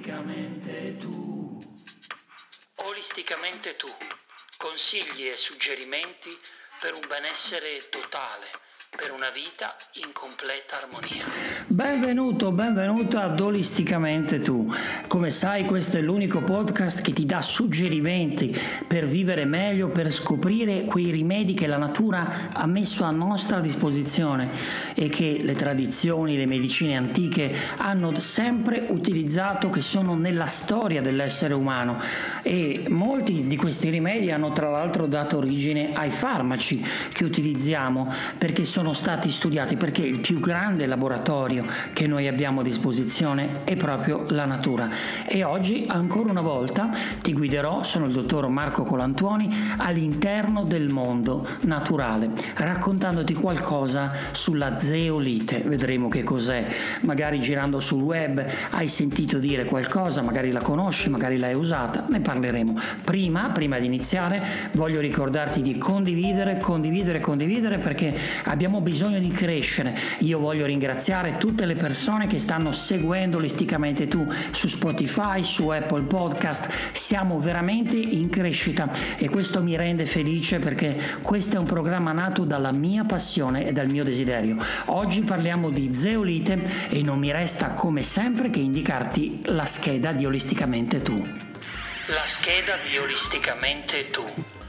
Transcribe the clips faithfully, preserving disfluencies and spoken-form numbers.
Olisticamente tu. Olisticamente tu. Consigli e suggerimenti per un benessere totale, per una vita in completa armonia. Benvenuto, benvenuta ad Olisticamente tu. Come sai, questo è l'unico podcast che ti dà suggerimenti per vivere meglio, per scoprire quei rimedi che la natura ha messo a nostra disposizione e che le tradizioni, le medicine antiche hanno sempre utilizzato, che sono nella storia dell'essere umano. E molti di questi rimedi hanno tra l'altro dato origine ai farmaci che utilizziamo, perché sono sono stati studiati, perché il più grande laboratorio che noi abbiamo a disposizione è proprio la natura. E oggi ancora una volta ti guiderò, sono il dottor Marco Colantuoni, all'interno del mondo naturale, raccontandoti qualcosa sulla zeolite. Vedremo che cos'è, magari girando sul web hai sentito dire qualcosa, magari la conosci, magari l'hai usata, ne parleremo. Prima, prima di iniziare voglio ricordarti di condividere, condividere, condividere, perché abbiamo bisogno di crescere. Io voglio ringraziare tutte le persone che stanno seguendo Olisticamente tu su Spotify, su Apple Podcast. Siamo veramente in crescita e questo mi rende felice, perché questo è un programma nato dalla mia passione e dal mio desiderio. Oggi parliamo di zeolite e non mi resta come sempre che indicarti la scheda di Olisticamente tu. La scheda di Olisticamente tu.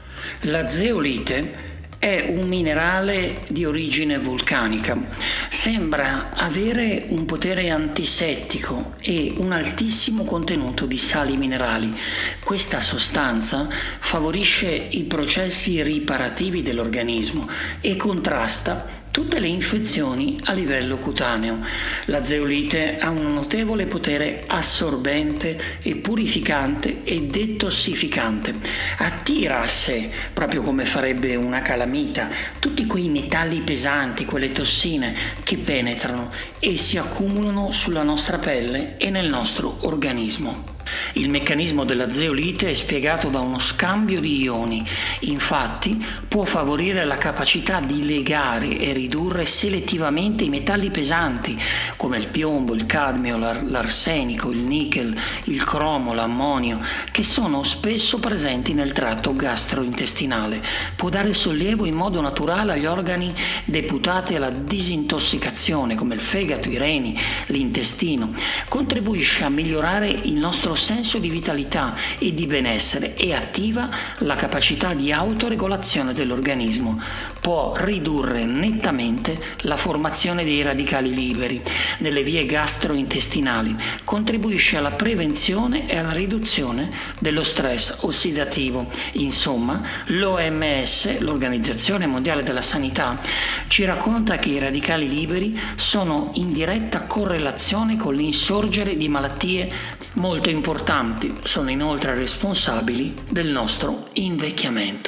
La zeolite è un minerale di origine vulcanica. Sembra avere un potere antisettico e un altissimo contenuto di sali minerali. Questa sostanza favorisce i processi riparativi dell'organismo e contrasta tutte le infezioni a livello cutaneo. La zeolite ha un notevole potere assorbente e purificante e detossificante. Attira a sé, proprio come farebbe una calamita, tutti quei metalli pesanti, quelle tossine che penetrano e si accumulano sulla nostra pelle e nel nostro organismo. Il meccanismo della zeolite è spiegato da uno scambio di ioni. Infatti può favorire la capacità di legare e ridurre selettivamente i metalli pesanti come il piombo, il cadmio, l'ar- l'arsenico, il nichel, il cromo, l'ammonio, che sono spesso presenti nel tratto gastrointestinale. Può dare sollievo in modo naturale agli organi deputati alla disintossicazione come il fegato, i reni, l'intestino. Contribuisce a migliorare il nostro senso di vitalità e di benessere e attiva la capacità di autoregolazione dell'organismo. Può ridurre nettamente la formazione dei radicali liberi nelle vie gastrointestinali, contribuisce alla prevenzione e alla riduzione dello stress ossidativo. Insomma, l'O M S, l'Organizzazione Mondiale della Sanità, ci racconta che i radicali liberi sono in diretta correlazione con l'insorgere di malattie molto importanti, sono inoltre responsabili del nostro invecchiamento.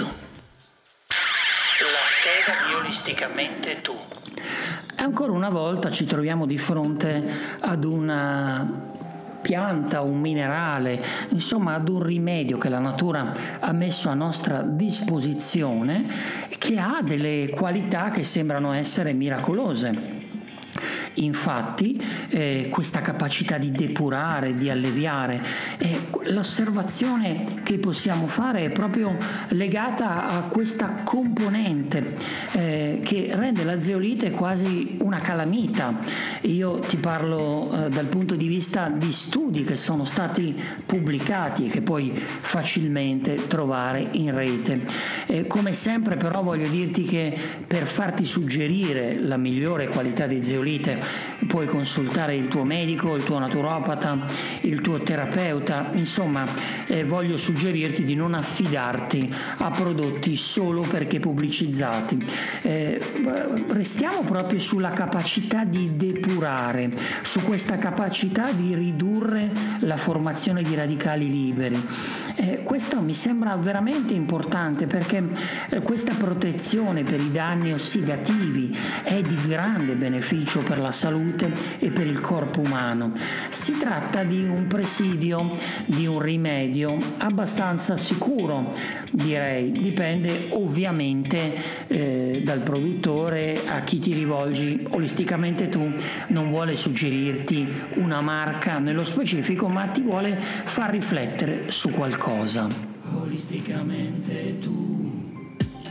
La scheda di Olisticamente tu. Ancora una volta ci troviamo di fronte ad una pianta, un minerale, insomma ad un rimedio che la natura ha messo a nostra disposizione, che ha delle qualità che sembrano essere miracolose. Infatti eh, questa capacità di depurare, di alleviare, eh, l'osservazione che possiamo fare è proprio legata a questa componente eh, che rende la zeolite quasi una calamita. Io ti parlo eh, dal punto di vista di studi che sono stati pubblicati e che puoi facilmente trovare in rete. Eh, come sempre però voglio dirti che per farti suggerire la migliore qualità di zeolite puoi consultare il tuo medico, il tuo naturopata, il tuo terapeuta. Insomma, eh, voglio suggerirti di non affidarti a prodotti solo perché pubblicizzati. Eh, restiamo proprio sulla capacità di depurare, su questa capacità di ridurre la formazione di radicali liberi. Eh, questo mi sembra veramente importante, perché eh, questa protezione per i danni ossidativi è di grande beneficio per la salute e per il corpo umano. Si tratta di un presidio, di un rimedio abbastanza sicuro, direi. Dipende ovviamente eh, dal produttore ascoltatore a chi ti rivolgi, Olisticamente Tu non vuole suggerirti una marca nello specifico, ma ti vuole far riflettere su qualcosa. Olisticamente Tu.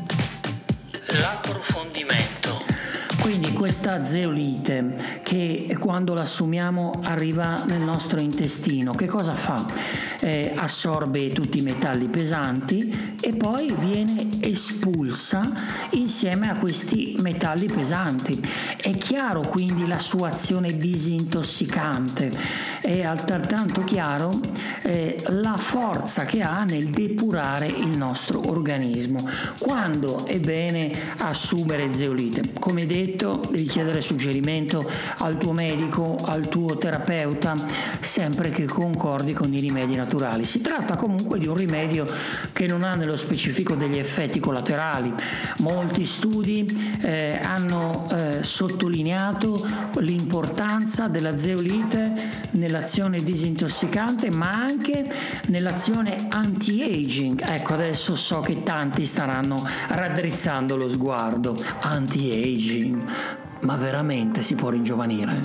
L'approfondimento. Quindi questa zeolite che quando l'assumiamo arriva nel nostro intestino, che cosa fa? Eh, assorbe tutti i metalli pesanti e poi viene espulsa insieme a questi metalli pesanti. È chiaro quindi la sua azione disintossicante, è altrettanto chiaro eh, la forza che ha nel depurare il nostro organismo. Quando è bene assumere zeolite? Come detto, devi chiedere suggerimento al tuo medico, al tuo terapeuta, sempre che concordi con i rimedi naturali. Si tratta comunque di un rimedio che non ha nello specifico degli effetti collaterali. Molti studi eh, hanno eh, sottolineato l'importanza della zeolite nell'azione disintossicante, ma anche nell'azione anti-aging. Ecco, adesso so che tanti staranno raddrizzando lo sguardo. Anti-aging, ma veramente si può ringiovanire?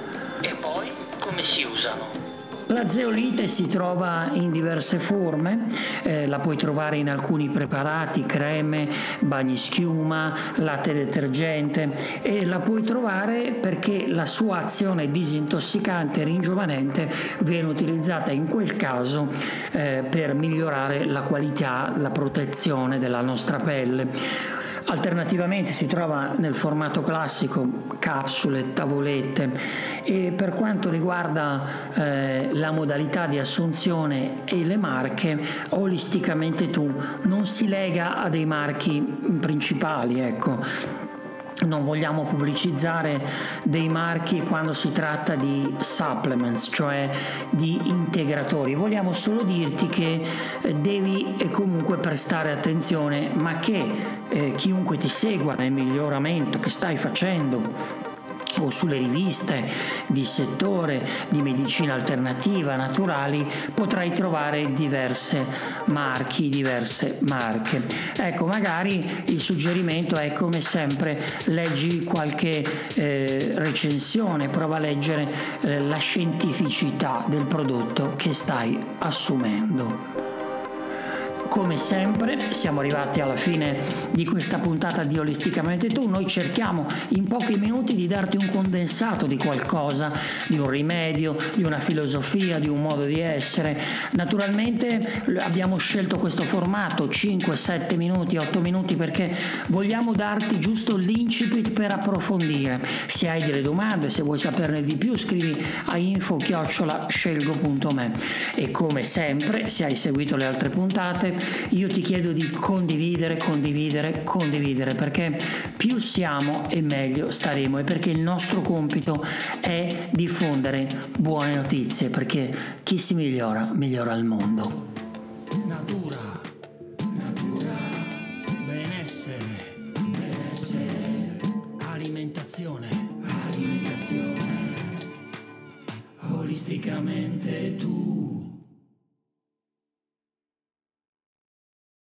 E poi come si usano? La zeolite si trova in diverse forme, eh, la puoi trovare in alcuni preparati, creme, bagni schiuma, latte detergente, e la puoi trovare perché la sua azione disintossicante e ringiovanente viene utilizzata in quel caso eh, per migliorare la qualità, la protezione della nostra pelle. Alternativamente si trova nel formato classico, capsule, tavolette, e per quanto riguarda eh, la modalità di assunzione e le marche, Olisticamente Tu non si lega a dei marchi principali, ecco. Non vogliamo pubblicizzare dei marchi quando si tratta di supplements, cioè di integratori. Vogliamo solo dirti che devi comunque prestare attenzione, ma che eh, chiunque ti segua nel miglioramento che stai facendo o sulle riviste di settore di medicina alternativa naturali potrai trovare diverse marchi, diverse marche. Ecco, magari il suggerimento è, come sempre, leggi qualche eh, recensione, prova a leggere eh, la scientificità del prodotto che stai assumendo. Come sempre siamo arrivati alla fine di questa puntata di Olisticamente Tu. Noi cerchiamo in pochi minuti di darti un condensato di qualcosa, di un rimedio, di una filosofia, di un modo di essere. Naturalmente abbiamo scelto questo formato cinque sette minuti, otto minuti, perché vogliamo darti giusto l'incipit per approfondire. Se hai delle domande, se vuoi saperne di più, scrivi a info chiocciola scelgo punto me. E come sempre, se hai seguito le altre puntate, io ti chiedo di condividere, condividere, condividere, perché più siamo e meglio staremo, e perché il nostro compito è diffondere buone notizie, perché chi si migliora, migliora il mondo. Natura, natura, benessere, benessere, alimentazione, alimentazione, Olisticamente Tu.